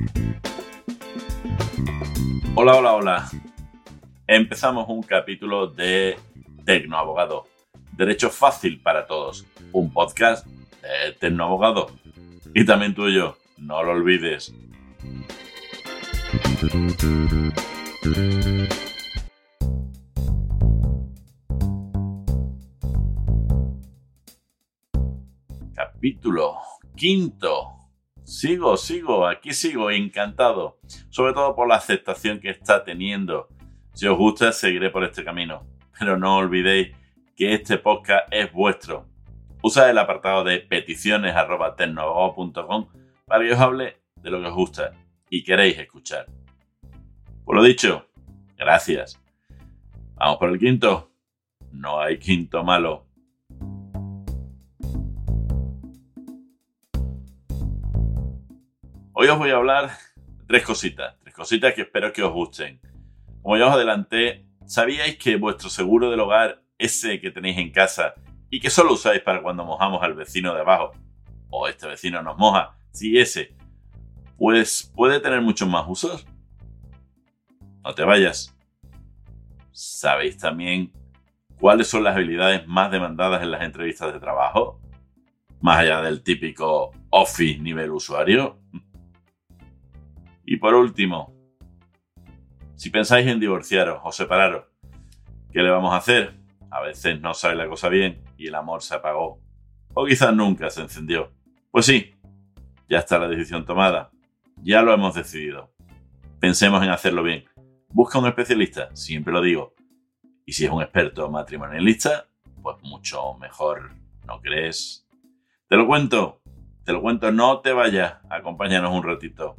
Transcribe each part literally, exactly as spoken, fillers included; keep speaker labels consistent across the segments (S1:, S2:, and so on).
S1: Hola, hola, hola. Empezamos un capítulo de Tecnoabogado. Derecho fácil para todos. Un podcast de Tecnoabogado. Y también tuyo. No lo olvides. Capítulo quinto. Sigo, sigo, aquí sigo, encantado. Sobre todo por la aceptación que está teniendo. Si os gusta, seguiré por este camino. Pero no olvidéis que este podcast es vuestro. Usad el apartado de peticiones arroba tecnoabogado punto com para que os hable de lo que os gusta y queréis escuchar. Por lo dicho, gracias. Vamos por el quinto. No hay quinto malo. Hoy os voy a hablar de tres cositas, tres cositas que espero que os gusten. Como ya os adelanté, ¿sabíais que vuestro seguro del hogar, ese que tenéis en casa y que solo usáis para cuando mojamos al vecino de abajo, o este vecino nos moja, sí ese, pues puede tener muchos más usos? No te vayas. ¿Sabéis también cuáles son las habilidades más demandadas en las entrevistas de trabajo? Más allá del típico Office nivel usuario. Y por último, si pensáis en divorciaros o separaros, ¿qué le vamos a hacer? A veces no sale la cosa bien y el amor se apagó. O quizás nunca se encendió. Pues sí, ya está la decisión tomada. Ya lo hemos decidido. Pensemos en hacerlo bien. Busca un especialista, siempre lo digo. Y si es un experto matrimonialista, pues mucho mejor, ¿no crees? Te lo cuento, te lo cuento, no te vayas. Acompáñanos un ratito.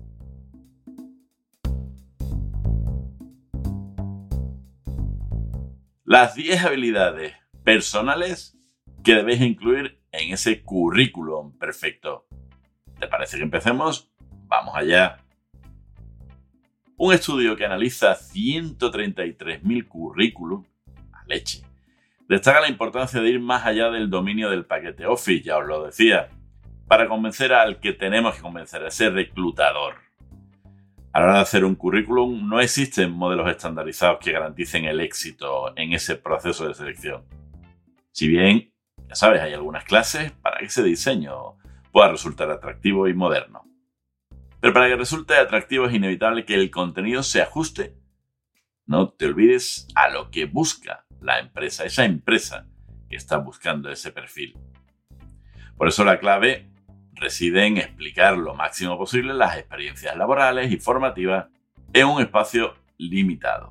S1: Las diez habilidades personales que debéis incluir en ese currículum perfecto. ¿Te parece que empecemos? Vamos allá. Un estudio que analiza ciento treinta y tres mil currículum, a leche, destaca la importancia de ir más allá del dominio del paquete Office, ya os lo decía, para convencer al que tenemos que convencer, a ese reclutador. A la hora de hacer un currículum no existen modelos estandarizados que garanticen el éxito en ese proceso de selección. Si bien, ya sabes, hay algunas clases para que ese diseño pueda resultar atractivo y moderno. Pero para que resulte atractivo es inevitable que el contenido se ajuste. No te olvides a lo que busca la empresa, esa empresa que está buscando ese perfil. Por eso la clave reside en explicar lo máximo posible las experiencias laborales y formativas en un espacio limitado.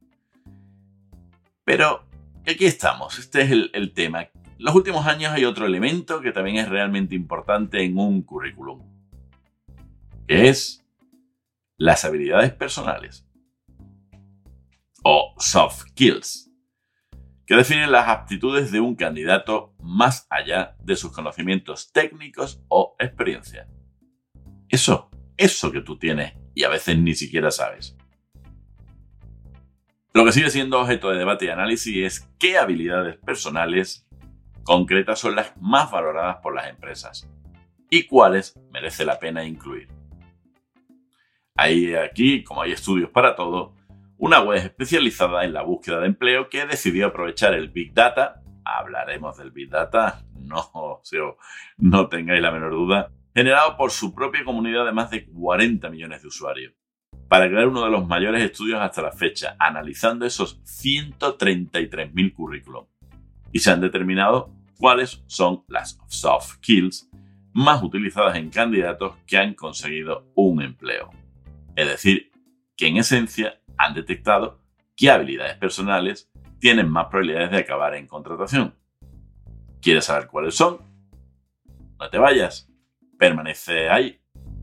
S1: Pero aquí estamos, este es el, el tema. En los últimos años hay otro elemento que también es realmente importante en un currículum, que es las habilidades personales o soft skills, que definen las aptitudes de un candidato más allá de sus conocimientos técnicos o experiencia. Eso, eso que tú tienes y a veces ni siquiera sabes. Lo que sigue siendo objeto de debate y análisis es qué habilidades personales concretas son las más valoradas por las empresas y cuáles merece la pena incluir. Hay aquí, como hay estudios para todo, una web especializada en la búsqueda de empleo que decidió aprovechar el Big Data. Hablaremos del Big Data, no, o sea, no tengáis la menor duda, generado por su propia comunidad de más de cuarenta millones de usuarios, para crear uno de los mayores estudios hasta la fecha, analizando esos ciento treinta y tres mil currículums. Y se han determinado cuáles son las soft skills más utilizadas en candidatos que han conseguido un empleo. Es decir, que en esencia han detectado qué habilidades personales tienen más probabilidades de acabar en contratación. ¿Quieres saber cuáles son? No te vayas, permanece ahí.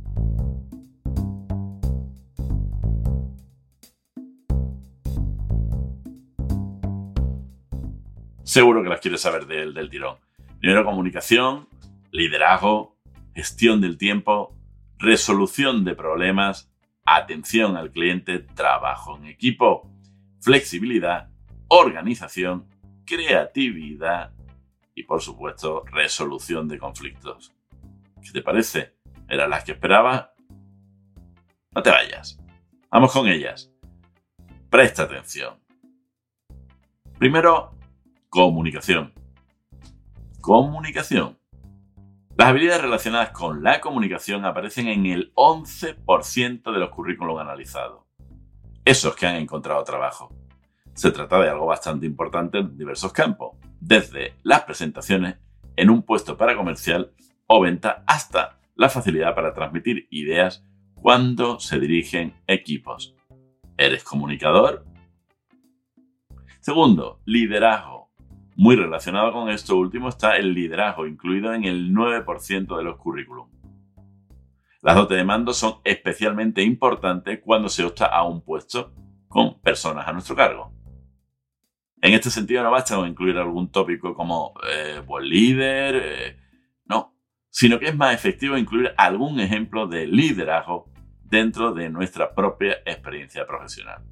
S1: Seguro que las quieres saber del, del tirón. Primero, comunicación, liderazgo, gestión del tiempo, resolución de problemas, atención al cliente, trabajo en equipo, flexibilidad, organización, creatividad y, por supuesto, resolución de conflictos. ¿Qué te parece? ¿Eran las que esperabas? No te vayas. Vamos con ellas. Presta atención. Primero, comunicación. Comunicación. Las habilidades relacionadas con la comunicación aparecen en el once por ciento de los currículums analizados. Esos que han encontrado trabajo. Se trata de algo bastante importante en diversos campos, desde las presentaciones en un puesto para comercial o venta hasta la facilidad para transmitir ideas cuando se dirigen equipos. ¿Eres comunicador? Segundo, liderazgo. Muy relacionado con esto último está el liderazgo, incluido en el nueve por ciento de los currículums. Las dotes de mando son especialmente importantes cuando se opta a un puesto con personas a nuestro cargo. En este sentido no basta con incluir algún tópico como eh, buen líder, eh, no, sino que es más efectivo incluir algún ejemplo de liderazgo dentro de nuestra propia experiencia profesional.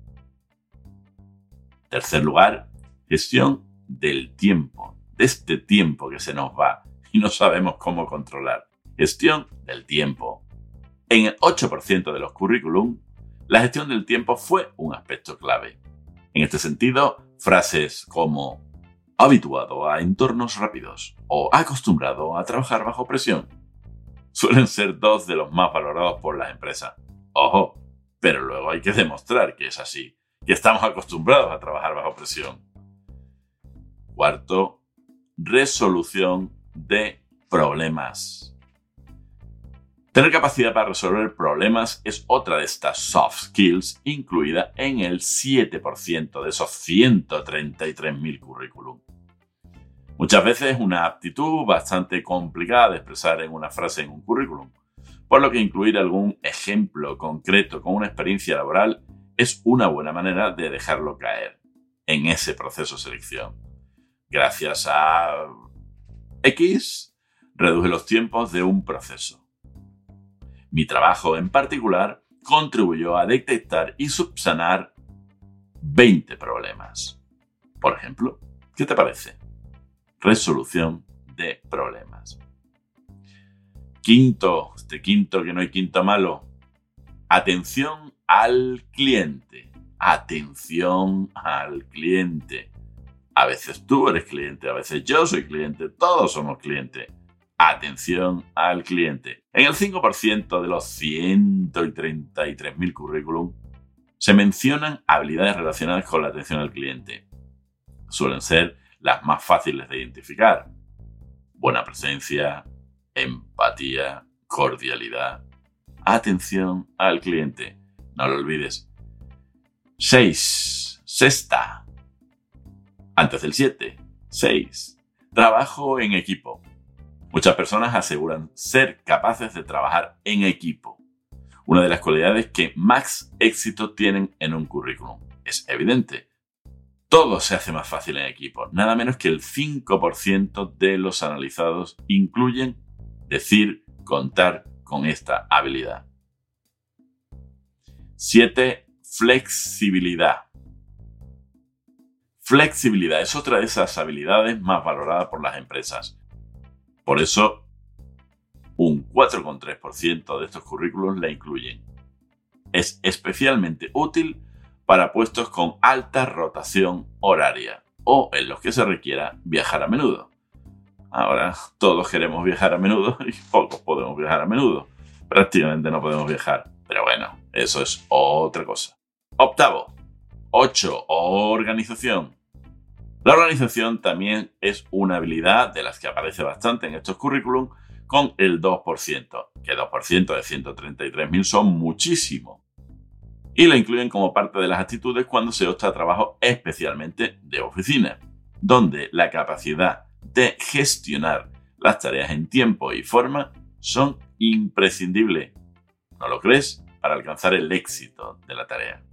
S1: Tercer lugar, gestión del tiempo, de este tiempo que se nos va y no sabemos cómo controlar. Gestión del tiempo. En el ocho por ciento de los currículum, la gestión del tiempo fue un aspecto clave. En este sentido, frases como habituado a entornos rápidos o acostumbrado a trabajar bajo presión suelen ser dos de los más valorados por las empresas. Ojo, pero luego hay que demostrar que es así, que estamos acostumbrados a trabajar bajo presión. Cuarto, resolución de problemas. Tener capacidad para resolver problemas es otra de estas soft skills incluida en el siete por ciento de esos ciento treinta y tres mil currículum. Muchas veces es una aptitud bastante complicada de expresar en una frase en un currículum, por lo que incluir algún ejemplo concreto con una experiencia laboral es una buena manera de dejarlo caer en ese proceso de selección. Gracias a X, reduje los tiempos de un proceso. Mi trabajo en particular contribuyó a detectar y subsanar veinte problemas. Por ejemplo, ¿qué te parece? Resolución de problemas. Quinto, este quinto que no hay quinto malo. Atención al cliente. Atención al cliente. A veces tú eres cliente, a veces yo soy cliente, todos somos clientes. Atención al cliente. En el cinco por ciento de los ciento treinta y tres mil currículum se mencionan habilidades relacionadas con la atención al cliente. Suelen ser las más fáciles de identificar. Buena presencia, empatía, cordialidad. Atención al cliente. No lo olvides. seis. Sexta. Antes del siete. seis. Trabajo en equipo. Muchas personas aseguran ser capaces de trabajar en equipo. Una de las cualidades que más éxito tienen en un currículum. Es evidente. Todo se hace más fácil en equipo. Nada menos que el cinco por ciento de los analizados incluyen decir, contar con esta habilidad. siete. Flexibilidad. Flexibilidad es otra de esas habilidades más valoradas por las empresas. Por eso, un cuatro coma tres por ciento de estos currículos la incluyen. Es especialmente útil para puestos con alta rotación horaria o en los que se requiera viajar a menudo. Ahora, todos queremos viajar a menudo y pocos podemos viajar a menudo. Prácticamente no podemos viajar. Pero bueno, eso es otra cosa. Octavo. ocho. Organización. La organización también es una habilidad de las que aparece bastante en estos currículum con el dos por ciento, que dos por ciento de ciento treinta y tres mil son muchísimo. Y la incluyen como parte de las actitudes cuando se opta a trabajo especialmente de oficina, donde la capacidad de gestionar las tareas en tiempo y forma son imprescindibles. ¿No lo crees? Para alcanzar el éxito de la tarea.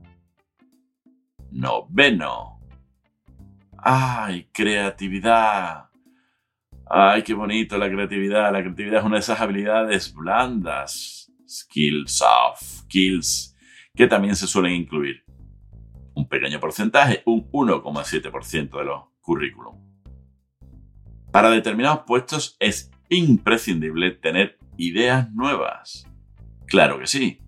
S1: Noveno. ¡Ay, creatividad! ¡Ay, qué bonito la creatividad! La creatividad es una de esas habilidades blandas, skills, soft skills, que también se suelen incluir. Un pequeño porcentaje, un uno coma siete por ciento de los currículum. Para determinados puestos es imprescindible tener ideas nuevas. Claro que sí.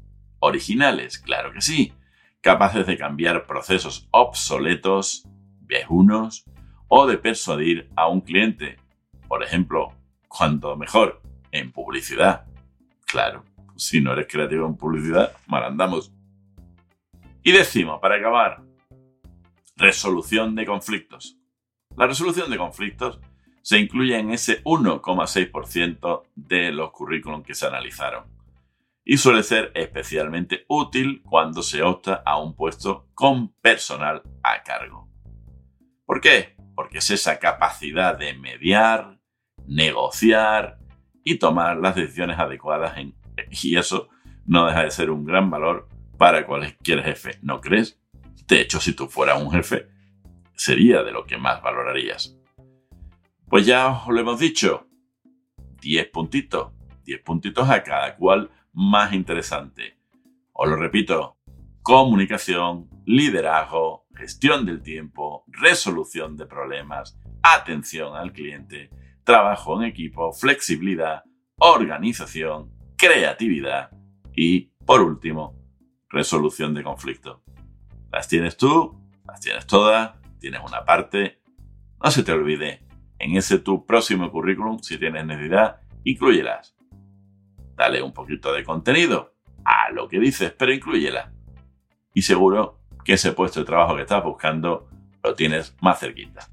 S1: originales, claro que sí, capaces de cambiar procesos obsoletos, viejunos, o de persuadir a un cliente, por ejemplo, cuanto mejor, en publicidad. Claro, si no eres creativo en publicidad, mal andamos. Y decimos, para acabar, resolución de conflictos. La resolución de conflictos se incluye en ese uno coma seis por ciento de los currículums que se analizaron y suele ser especialmente útil cuando se opta a un puesto con personal a cargo. ¿Por qué? Porque es esa capacidad de mediar, negociar y tomar las decisiones adecuadas en, y eso no deja de ser un gran valor para cualquier jefe, ¿no crees? De hecho, si tú fueras un jefe, sería de lo que más valorarías. Pues ya os lo hemos dicho, diez puntitos, diez puntitos a cada cual más interesante. Os lo repito, comunicación, liderazgo, gestión del tiempo, resolución de problemas, atención al cliente, trabajo en equipo, flexibilidad, organización, creatividad y, por último, resolución de conflictos. Las tienes tú, las tienes todas, tienes una parte. No se te olvide, en ese tu próximo currículum, si tienes necesidad, inclúyelas. Dale un poquito de contenido a lo que dices, pero inclúyela. Y seguro que ese puesto de trabajo que estás buscando lo tienes más cerquita.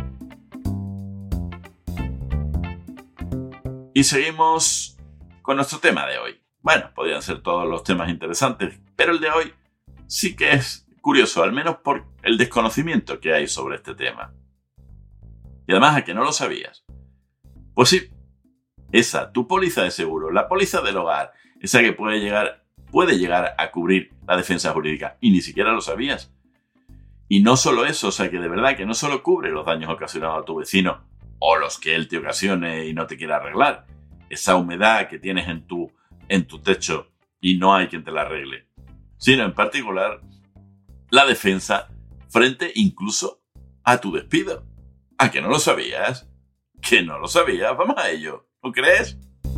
S1: Y seguimos con nuestro tema de hoy. Bueno, podrían ser todos los temas interesantes, pero el de hoy sí que es curioso, al menos por el desconocimiento que hay sobre este tema. Y además, ¿a que no lo sabías? Pues sí, esa, tu póliza de seguro, la póliza del hogar, esa que puede llegar, puede llegar a cubrir la defensa jurídica y ni siquiera lo sabías. Y no solo eso, o sea que de verdad que no solo cubre los daños ocasionados a tu vecino o los que él te ocasione y no te quiera arreglar, esa humedad que tienes en tu, en tu techo y no hay quien te la arregle, sino en particular la defensa frente incluso a tu despido. ¿A que no lo sabías? ¿Que no lo sabías? Vamos a ello, ¿no crees?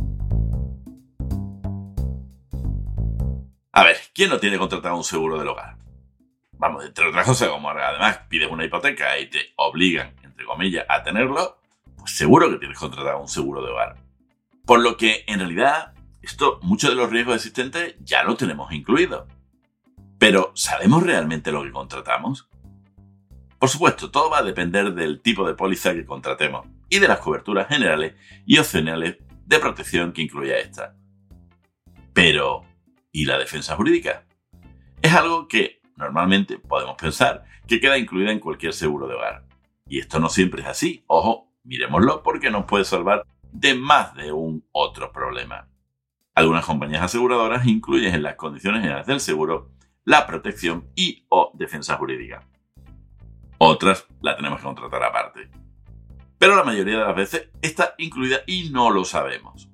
S1: A ver, ¿quién no tiene contratado un seguro del hogar? Vamos, entre otras cosas, como además pides una hipoteca y te obligan, entre comillas, a tenerlo, pues seguro que tienes contratado un seguro de hogar. Por lo que, en realidad, esto, muchos de los riesgos existentes ya lo tenemos incluido. Pero, ¿sabemos realmente lo que contratamos? Por supuesto, todo va a depender del tipo de póliza que contratemos y de las coberturas generales y opcionales de protección que incluya esta. Pero, ¿y la defensa jurídica? Es algo que normalmente podemos pensar que queda incluida en cualquier seguro de hogar. Y esto no siempre es así. Ojo, miremoslo porque nos puede salvar de más de un otro problema. Algunas compañías aseguradoras incluyen en las condiciones generales del seguro la protección y o defensa jurídica. Otras la tenemos que contratar aparte. Pero la mayoría de las veces está incluida y no lo sabemos.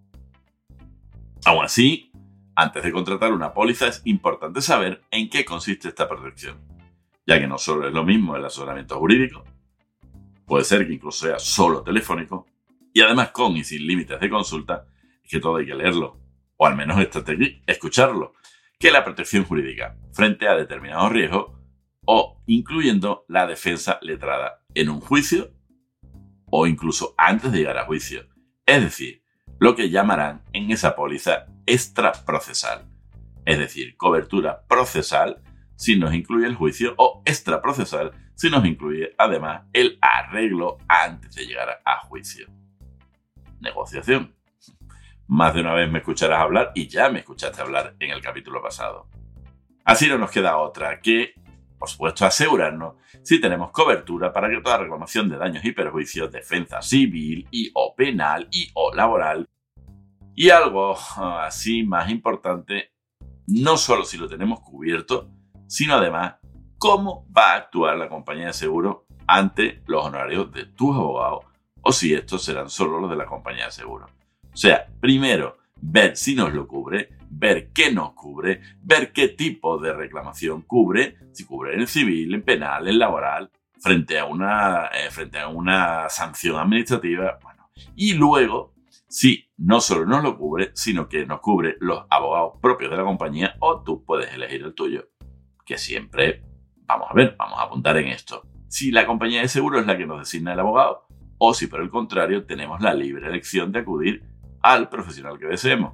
S1: Aún así, antes de contratar una póliza es importante saber en qué consiste esta protección, ya que no solo es lo mismo el asesoramiento jurídico, puede ser que incluso sea solo telefónico, y además con y sin límites de consulta, es que todo hay que leerlo, o al menos escucharlo, que la protección jurídica frente a determinados riesgos o incluyendo la defensa letrada en un juicio o incluso antes de llegar a juicio, es decir, lo que llamarán en esa póliza extraprocesal, es decir, cobertura procesal si nos incluye el juicio o extraprocesal si nos incluye además el arreglo antes de llegar a juicio. Negociación. Más de una vez me escucharás hablar y ya me escuchaste hablar en el capítulo pasado. Así no nos queda otra que, por supuesto, asegurarnos si tenemos cobertura para que toda reclamación de daños y perjuicios, defensa civil y o penal y o laboral, y algo así más importante, no solo si lo tenemos cubierto, sino además cómo va a actuar la compañía de seguro ante los honorarios de tus abogados o si estos serán solo los de la compañía de seguro. O sea, primero, ver si nos lo cubre, ver qué nos cubre, ver qué tipo de reclamación cubre, si cubre en civil, en penal, en laboral, frente a una, eh, frente a una sanción administrativa, bueno, y luego Sí, no solo nos lo cubre, sino que nos cubre los abogados propios de la compañía o tú puedes elegir el tuyo. Que siempre, vamos a ver, vamos a apuntar en esto. Si la compañía de seguro es la que nos designa el abogado o si por el contrario tenemos la libre elección de acudir al profesional que deseemos.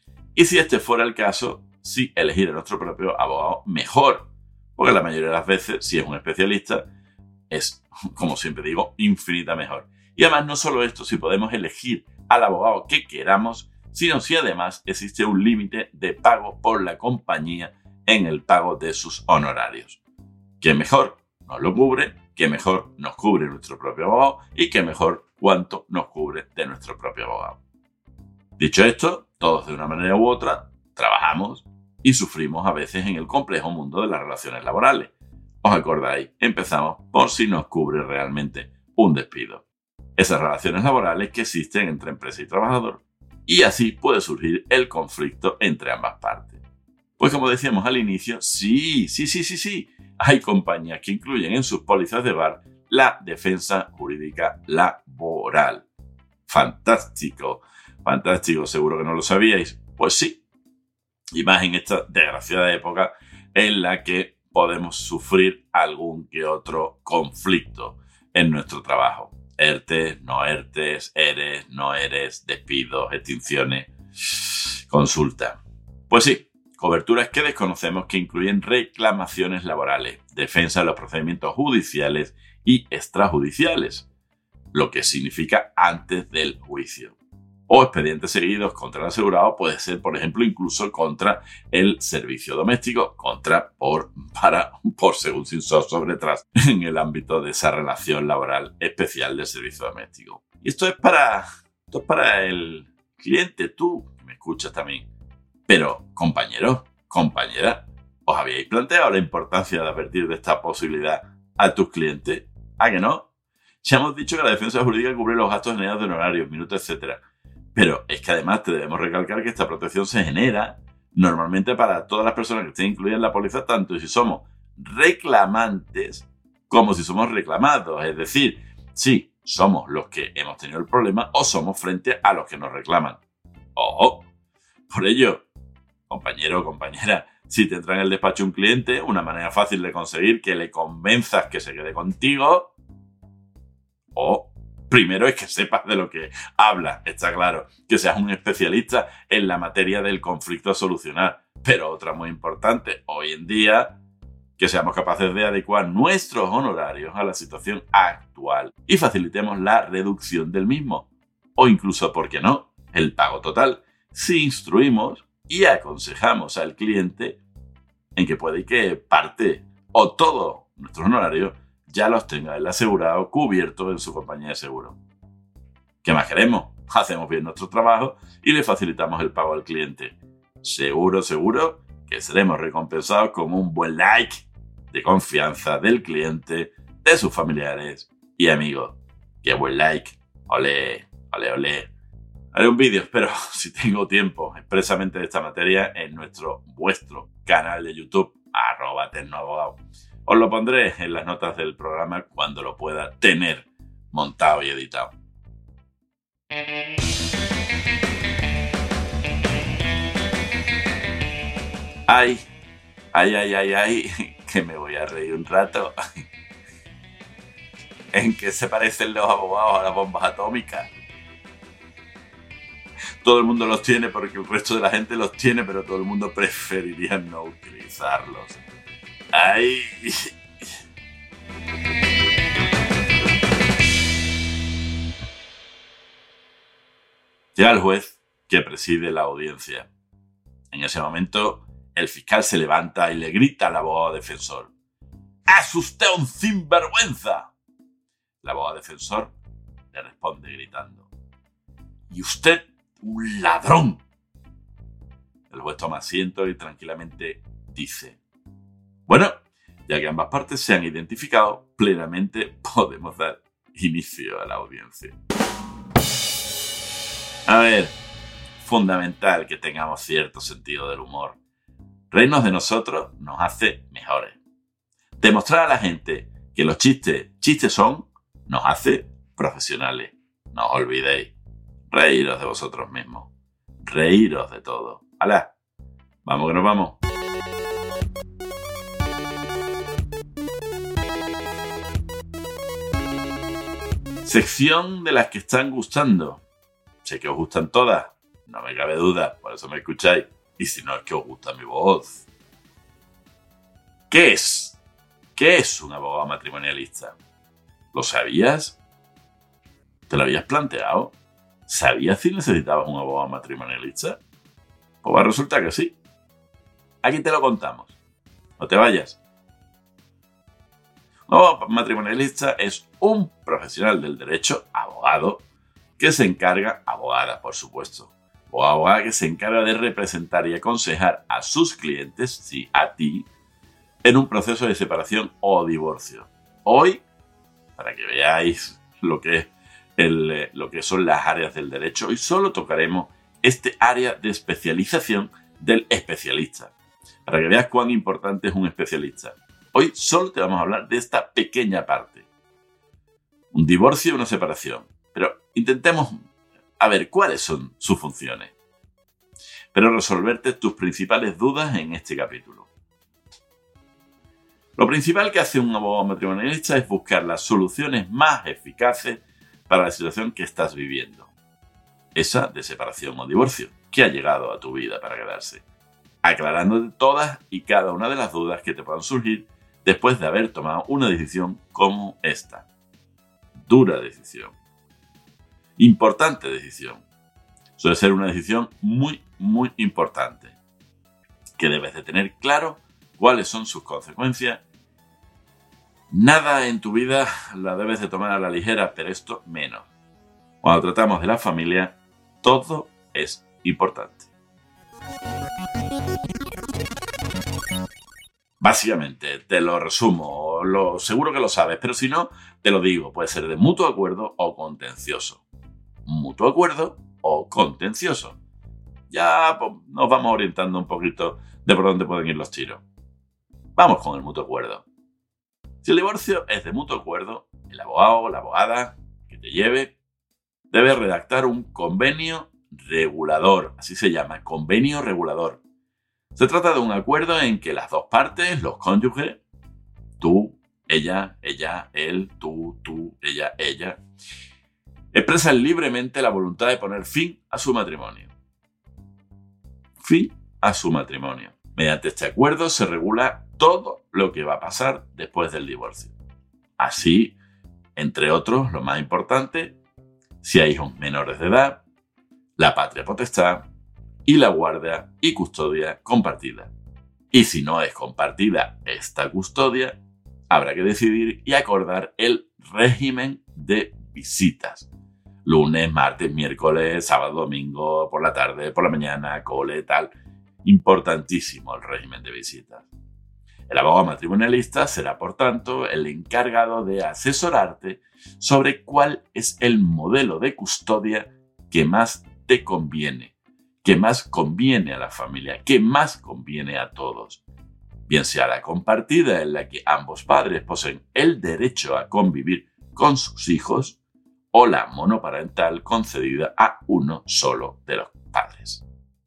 S1: Y si este fuera el caso, sí elegir a nuestro propio abogado mejor, porque la mayoría de las veces, si es un especialista, es, como siempre digo, infinita mejor. Y además no solo esto, si podemos elegir al abogado que queramos, sino si además existe un límite de pago por la compañía en el pago de sus honorarios. ¿Qué mejor nos lo cubre? ¿Qué mejor nos cubre nuestro propio abogado? Y qué mejor cuánto nos cubre de nuestro propio abogado. Dicho esto, todos de una manera u otra trabajamos y sufrimos a veces en el complejo mundo de las relaciones laborales. ¿Os acordáis? Empezamos por si nos cubre realmente un despido. Esas relaciones laborales que existen entre empresa y trabajador. Y así puede surgir el conflicto entre ambas partes. Pues como decíamos al inicio, sí, sí, sí, sí, sí, hay compañías que incluyen en sus pólizas de bar la defensa jurídica laboral. Fantástico, fantástico, seguro que no lo sabíais. Pues sí, y más en esta desgraciada época en la que podemos sufrir algún que otro conflicto en nuestro trabajo. ERTES, no ERTES, ERES, no ERES, despidos, extinciones, consulta. Pues sí, coberturas que desconocemos que incluyen reclamaciones laborales, defensa de los procedimientos judiciales y extrajudiciales, lo que significa antes del juicio. O expedientes seguidos contra el asegurado puede ser, por ejemplo, incluso contra el servicio doméstico, contra, por, para, por, según sin so, sobre, tras, en el ámbito de esa relación laboral especial del servicio doméstico. Y esto es para, esto es para el cliente, tú, que me escuchas también. Pero, compañeros, compañeras, ¿os habíais planteado la importancia de advertir de esta posibilidad a tus clientes? ¿A que no? Ya hemos dicho que la defensa jurídica cubre los gastos generados de honorarios, minutos, etcétera. Pero es que además te debemos recalcar que esta protección se genera normalmente para todas las personas que estén incluidas en la póliza, tanto si somos reclamantes como si somos reclamados. Es decir, si somos los que hemos tenido el problema o somos frente a los que nos reclaman. ¡Ojo! Por ello, compañero o compañera, si te entra en el despacho un cliente, una manera fácil de conseguir que le convenzas que se quede contigo, o primero es que sepas de lo que hablas, está claro, que seas un especialista en la materia del conflicto a solucionar. Pero otra muy importante, hoy en día, que seamos capaces de adecuar nuestros honorarios a la situación actual y facilitemos la reducción del mismo. O incluso, ¿por qué no?, el pago total, si instruimos y aconsejamos al cliente en que puede que parte o todo nuestros honorarios ya los tenga el asegurado cubierto en su compañía de seguro. ¿Qué más queremos? Hacemos bien nuestro trabajo y le facilitamos el pago al cliente. Seguro, seguro que seremos recompensados con un buen like de confianza del cliente, de sus familiares y amigos. ¡Qué buen like! ¡Olé! ¡Olé, olé! Haré un vídeo, espero, si tengo tiempo, expresamente de esta materia en nuestro, vuestro canal de YouTube, arroba tecnoabogado. Os lo pondré en las notas del programa cuando lo pueda tener montado y editado. Ay, ay, ay, ay, ay, que me voy a reír un rato. ¿En qué se parecen los abogados a las bombas atómicas? Todo el mundo los tiene porque el resto de la gente los tiene, pero todo el mundo preferiría no utilizarlos. ¡Ay! Llega el juez que preside la audiencia. En ese momento, el fiscal se levanta y le grita al abogado defensor: ¡es usted un sinvergüenza! El abogado defensor le responde gritando: ¡y usted un ladrón! El juez toma asiento y tranquilamente dice: bueno, ya que ambas partes se han identificado plenamente, podemos dar inicio a la audiencia. A ver, fundamental que tengamos cierto sentido del humor. Reírnos de nosotros nos hace mejores. Demostrar a la gente que los chistes, chistes son, nos hace profesionales. No os olvidéis, reíros de vosotros mismos. Reíros de todo. ¡Hala! Vamos que nos vamos. Sección de las que están gustando. Sé que os gustan todas, no me cabe duda, por eso me escucháis. Y si no es que os gusta mi voz. ¿Qué es? ¿Qué es un abogado matrimonialista? ¿Lo sabías? ¿Te lo habías planteado? ¿Sabías si necesitabas un abogado matrimonialista? Pues va a resultar que sí. Aquí te lo contamos. No te vayas. Un abogado matrimonialista es un profesional del derecho, abogado, que se encarga, abogada por supuesto, o abogada que se encarga de representar y aconsejar a sus clientes, sí, a ti, en un proceso de separación o divorcio. Hoy, para que veáis lo que, es el, lo que son las áreas del derecho, hoy solo tocaremos este área de especialización del especialista, para que veas cuán importante es un especialista. Hoy solo te vamos a hablar de esta pequeña parte. Un divorcio y una separación. Pero intentemos a ver cuáles son sus funciones. Pero resolverte tus principales dudas en este capítulo. Lo principal que hace un abogado matrimonialista es buscar las soluciones más eficaces para la situación que estás viviendo. Esa de separación o divorcio, que ha llegado a tu vida para quedarse. Aclarándote todas y cada una de las dudas que te puedan surgir después de haber tomado una decisión como esta. Dura decisión. Importante decisión. Suele ser una decisión muy, muy importante. Que debes de tener claro cuáles son sus consecuencias. Nada en tu vida la debes de tomar a la ligera, pero esto menos. Cuando tratamos de la familia, todo es importante. Básicamente, te lo resumo, lo, seguro que lo sabes, pero si no, te lo digo, puede ser de mutuo acuerdo o contencioso. Mutuo acuerdo o contencioso. Ya pues, nos vamos orientando un poquito de por dónde pueden ir los tiros. Vamos con el mutuo acuerdo. Si el divorcio es de mutuo acuerdo, el abogado o la abogada que te lleve debe redactar un convenio regulador, así se llama, convenio regulador. Se trata de un acuerdo en que las dos partes, los cónyuges, tú, ella, ella, él, tú, tú, ella, ella, expresan libremente la voluntad de poner fin a su matrimonio. Fin a su matrimonio. Mediante este acuerdo se regula todo lo que va a pasar después del divorcio. Así, entre otros, lo más importante, si hay hijos menores de edad, la patria potestad, y la guardia y custodia compartida. Y si no es compartida esta custodia, habrá que decidir y acordar el régimen de visitas. Lunes, martes, miércoles, sábado, domingo, por la tarde, por la mañana, cole, tal. Importantísimo el régimen de visitas. El abogado matrimonialista será, por tanto, el encargado de asesorarte sobre cuál es el modelo de custodia que más te conviene. Que más conviene a la familia, que más conviene a todos. Bien sea la compartida en la que ambos padres poseen el derecho a convivir con sus hijos o la monoparental concedida a uno solo de los padres.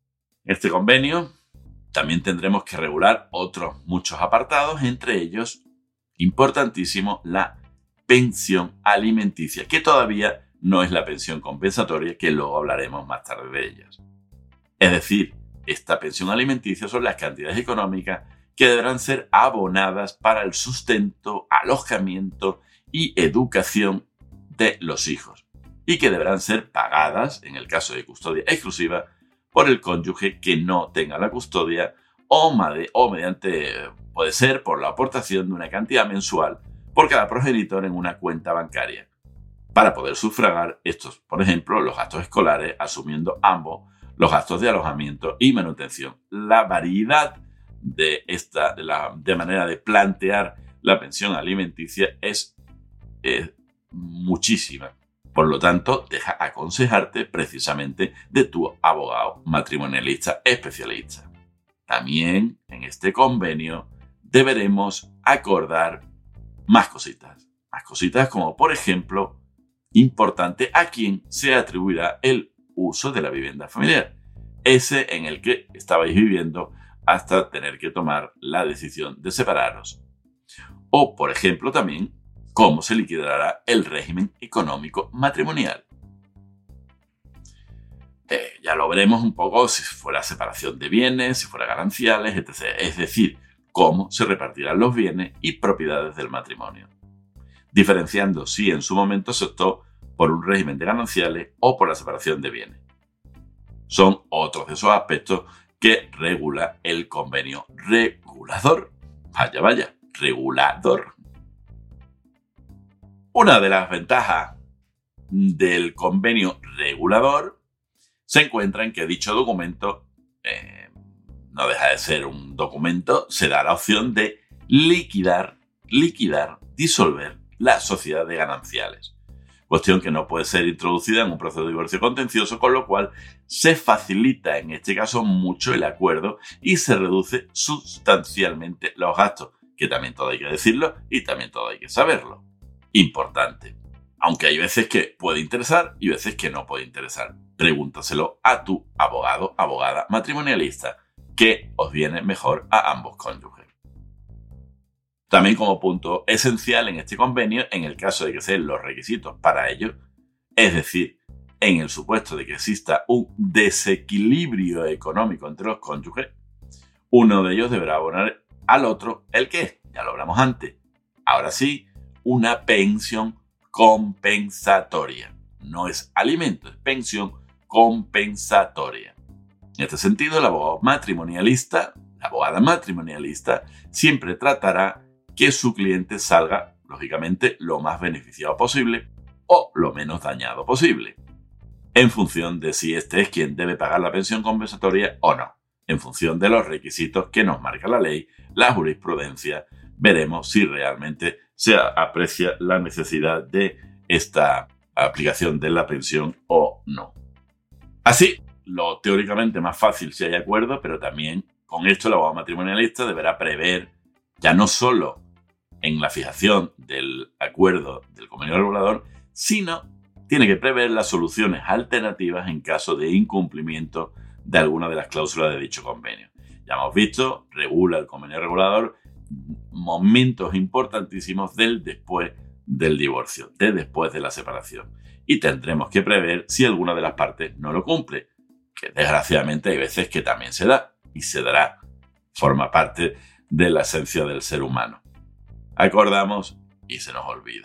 S1: En este convenio también tendremos que regular otros muchos apartados, entre ellos, importantísimo, la pensión alimenticia, que todavía no es la pensión compensatoria, que luego hablaremos más tarde de ellas. Es decir, esta pensión alimenticia son las cantidades económicas que deberán ser abonadas para el sustento, alojamiento y educación de los hijos, y que deberán ser pagadas, en el caso de custodia exclusiva, por el cónyuge que no tenga la custodia o, made, o mediante, puede ser por la aportación de una cantidad mensual por cada progenitor en una cuenta bancaria, para poder sufragar estos, por ejemplo, los gastos escolares, asumiendo ambos los gastos de alojamiento y manutención. La variedad de esta de, la, de manera de plantear la pensión alimenticia es eh, muchísima. Por lo tanto, deja aconsejarte precisamente de tu abogado matrimonialista especialista. También en este convenio deberemos acordar más cositas. Más cositas como, por ejemplo, importante a quién se atribuirá el uso de la vivienda familiar, ese en el que estabais viviendo hasta tener que tomar la decisión de separaros. O, por ejemplo, también cómo se liquidará el régimen económico matrimonial. Eh, ya lo veremos un poco si fuera separación de bienes, si fuera gananciales, etcétera. Es decir, cómo se repartirán los bienes y propiedades del matrimonio, diferenciando si en su momento se optó por un régimen de gananciales o por la separación de bienes. Son otros de esos aspectos que regula el convenio regulador. Vaya, vaya, regulador. Una de las ventajas del convenio regulador se encuentra en que dicho documento eh, no deja de ser un documento, se da la opción de liquidar, liquidar, disolver la sociedad de gananciales. Cuestión que no puede ser introducida en un proceso de divorcio contencioso, con lo cual se facilita en este caso mucho el acuerdo y se reduce sustancialmente los gastos, que también todo hay que decirlo y también todo hay que saberlo. Importante. Aunque hay veces que puede interesar y veces que no puede interesar. Pregúntaselo a tu abogado, abogada matrimonialista, que os viene mejor a ambos cónyuges. También como punto esencial en este convenio, en el caso de que sean los requisitos para ello, es decir, en el supuesto de que exista un desequilibrio económico entre los cónyuges, uno de ellos deberá abonar al otro el que, ya lo hablamos antes, ahora sí, una pensión compensatoria. No es alimento, es pensión compensatoria. En este sentido, el abogado matrimonialista, la abogada matrimonialista, siempre tratará que su cliente salga, lógicamente, lo más beneficiado posible o lo menos dañado posible, en función de si este es quien debe pagar la pensión compensatoria o no. En función de los requisitos que nos marca la ley, la jurisprudencia, veremos si realmente se aprecia la necesidad de esta aplicación de la pensión o no. Así, lo teóricamente más fácil si hay acuerdo, pero también con esto el abogado matrimonialista deberá prever, ya no solo en la fijación del acuerdo del convenio regulador, sino tiene que prever las soluciones alternativas en caso de incumplimiento de alguna de las cláusulas de dicho convenio. Ya hemos visto, regula el convenio regulador momentos importantísimos del después del divorcio, de después de la separación. Y tendremos que prever si alguna de las partes no lo cumple, que desgraciadamente hay veces que también se da, y se dará, forma parte de la esencia del ser humano. Acordamos y se nos olvida.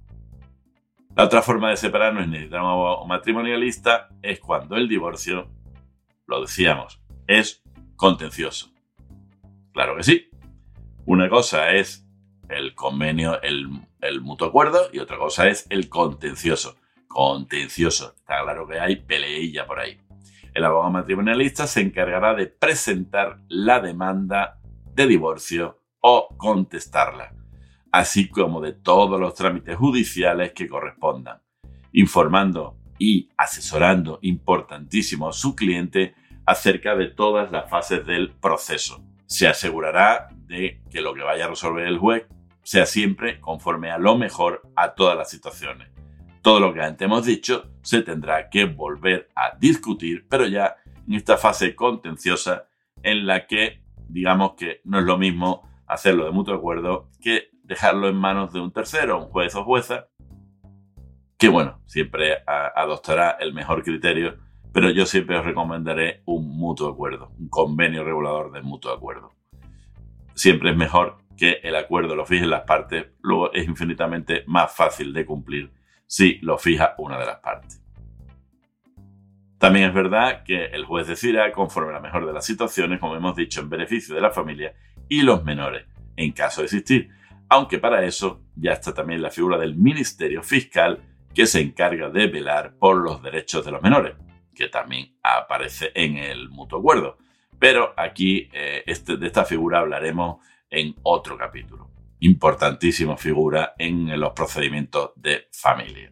S1: La otra forma de separarnos y necesitar un abogado matrimonialista es cuando el divorcio, lo decíamos, es contencioso. Claro que sí. Una cosa es el convenio, el, el mutuo acuerdo, y otra cosa es el contencioso. Contencioso. Está claro que hay peleilla por ahí. El abogado matrimonialista se encargará de presentar la demanda de divorcio o contestarla, así como de todos los trámites judiciales que correspondan, informando y asesorando importantísimo a su cliente acerca de todas las fases del proceso. Se asegurará de que lo que vaya a resolver el juez sea siempre conforme a lo mejor a todas las situaciones. Todo lo que antes hemos dicho se tendrá que volver a discutir, pero ya en esta fase contenciosa en la que digamos que no es lo mismo hacerlo de mutuo acuerdo que dejarlo en manos de un tercero, un juez o jueza, que bueno, siempre adoptará el mejor criterio, pero yo siempre os recomendaré un mutuo acuerdo, un convenio regulador de mutuo acuerdo. Siempre es mejor que el acuerdo lo fijen las partes, luego es infinitamente más fácil de cumplir si lo fija una de las partes. También es verdad que el juez decidirá conforme a la mejor de las situaciones, como hemos dicho, en beneficio de la familia y los menores, en caso de existir, aunque para eso ya está también la figura del Ministerio Fiscal, que se encarga de velar por los derechos de los menores, que también aparece en el mutuo acuerdo. Pero aquí eh, este, de esta figura hablaremos en otro capítulo. Importantísima figura en los procedimientos de familia.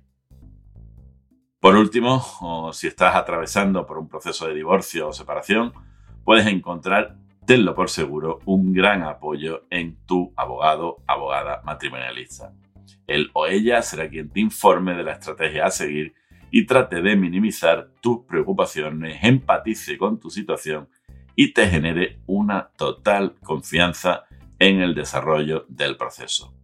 S1: Por último, o si estás atravesando por un proceso de divorcio o separación, puedes encontrar, tenlo por seguro, un gran apoyo en tu abogado, abogada matrimonialista. Él o ella será quien te informe de la estrategia a seguir y trate de minimizar tus preocupaciones, empatice con tu situación y te genere una total confianza en el desarrollo del proceso.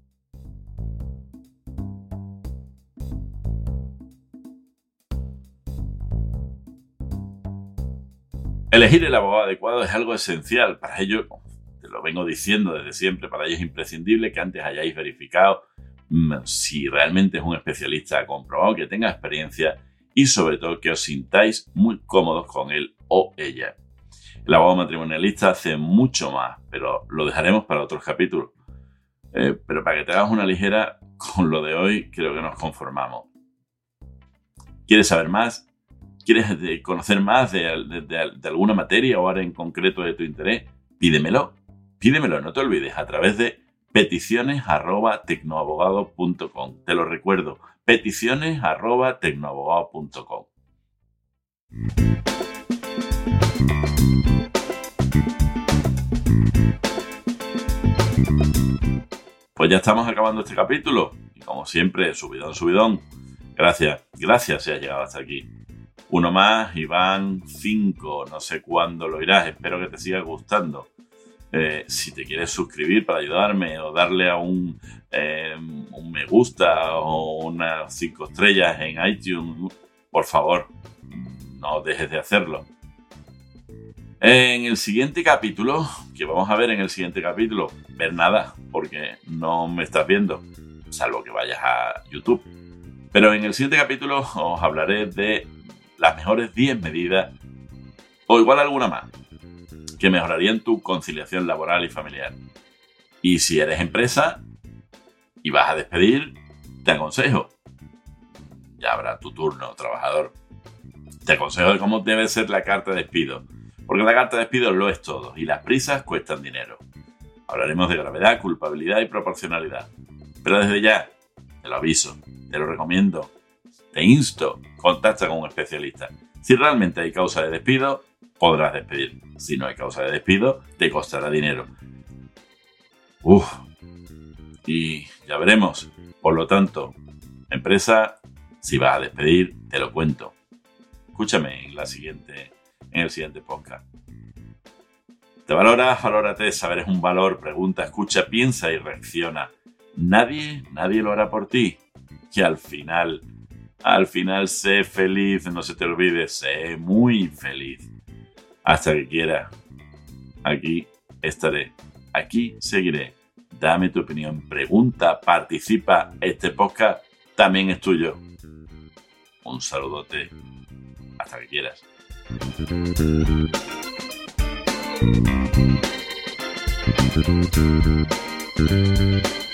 S1: Elegir el abogado adecuado es algo esencial. Para ello, te lo vengo diciendo desde siempre, para ello es imprescindible que antes hayáis verificado si realmente es un especialista comprobado, que tenga experiencia y sobre todo que os sintáis muy cómodos con él o ella. El abogado matrimonialista hace mucho más, pero lo dejaremos para otros capítulos. Eh, pero para que te hagas una ligera, con lo de hoy creo que nos conformamos. ¿Quieres saber más? ¿Quieres conocer más de, de, de, de alguna materia o área en concreto de tu interés? Pídemelo. Pídemelo, no te olvides, a través de peticiones arroba tecnoabogado punto com. Te lo recuerdo, peticiones arroba tecnoabogado punto com. Pues ya estamos acabando este capítulo y como siempre, subidón, subidón. Gracias, gracias si has llegado hasta aquí. Uno más y van cinco, no sé cuándo lo irás, espero que te siga gustando. Eh, si te quieres suscribir para ayudarme o darle a un, eh, un me gusta o unas cinco estrellas en iTunes, por favor, no dejes de hacerlo. En el siguiente capítulo, que vamos a ver en el siguiente capítulo, ver nada, porque no me estás viendo, salvo que vayas a YouTube. Pero en el siguiente capítulo os hablaré de las mejores diez medidas, o igual alguna más, que mejorarían tu conciliación laboral y familiar. Y si eres empresa y vas a despedir, te aconsejo, ya habrá tu turno, trabajador, te aconsejo de cómo debe ser la carta de despido, porque la carta de despido lo es todo y las prisas cuestan dinero. Hablaremos de gravedad, culpabilidad y proporcionalidad. Pero desde ya, te lo aviso, te lo recomiendo, te insto, contacta con un especialista. Si realmente hay causa de despido, podrás despedir. Si no hay causa de despido, te costará dinero. Uf. Y ya veremos. Por lo tanto, empresa, si vas a despedir, te lo cuento. Escúchame en la siguiente, en el siguiente podcast. ¿Te valoras? Valórate. Saber es un valor. Pregunta, escucha, piensa y reacciona. Nadie, nadie lo hará por ti. Que al final, al final, sé feliz. No se te olvide, sé muy feliz. Hasta que quieras. Aquí estaré. Aquí seguiré. Dame tu opinión. Pregunta, participa. Este podcast también es tuyo. Un saludote. Hasta que quieras. Thank you.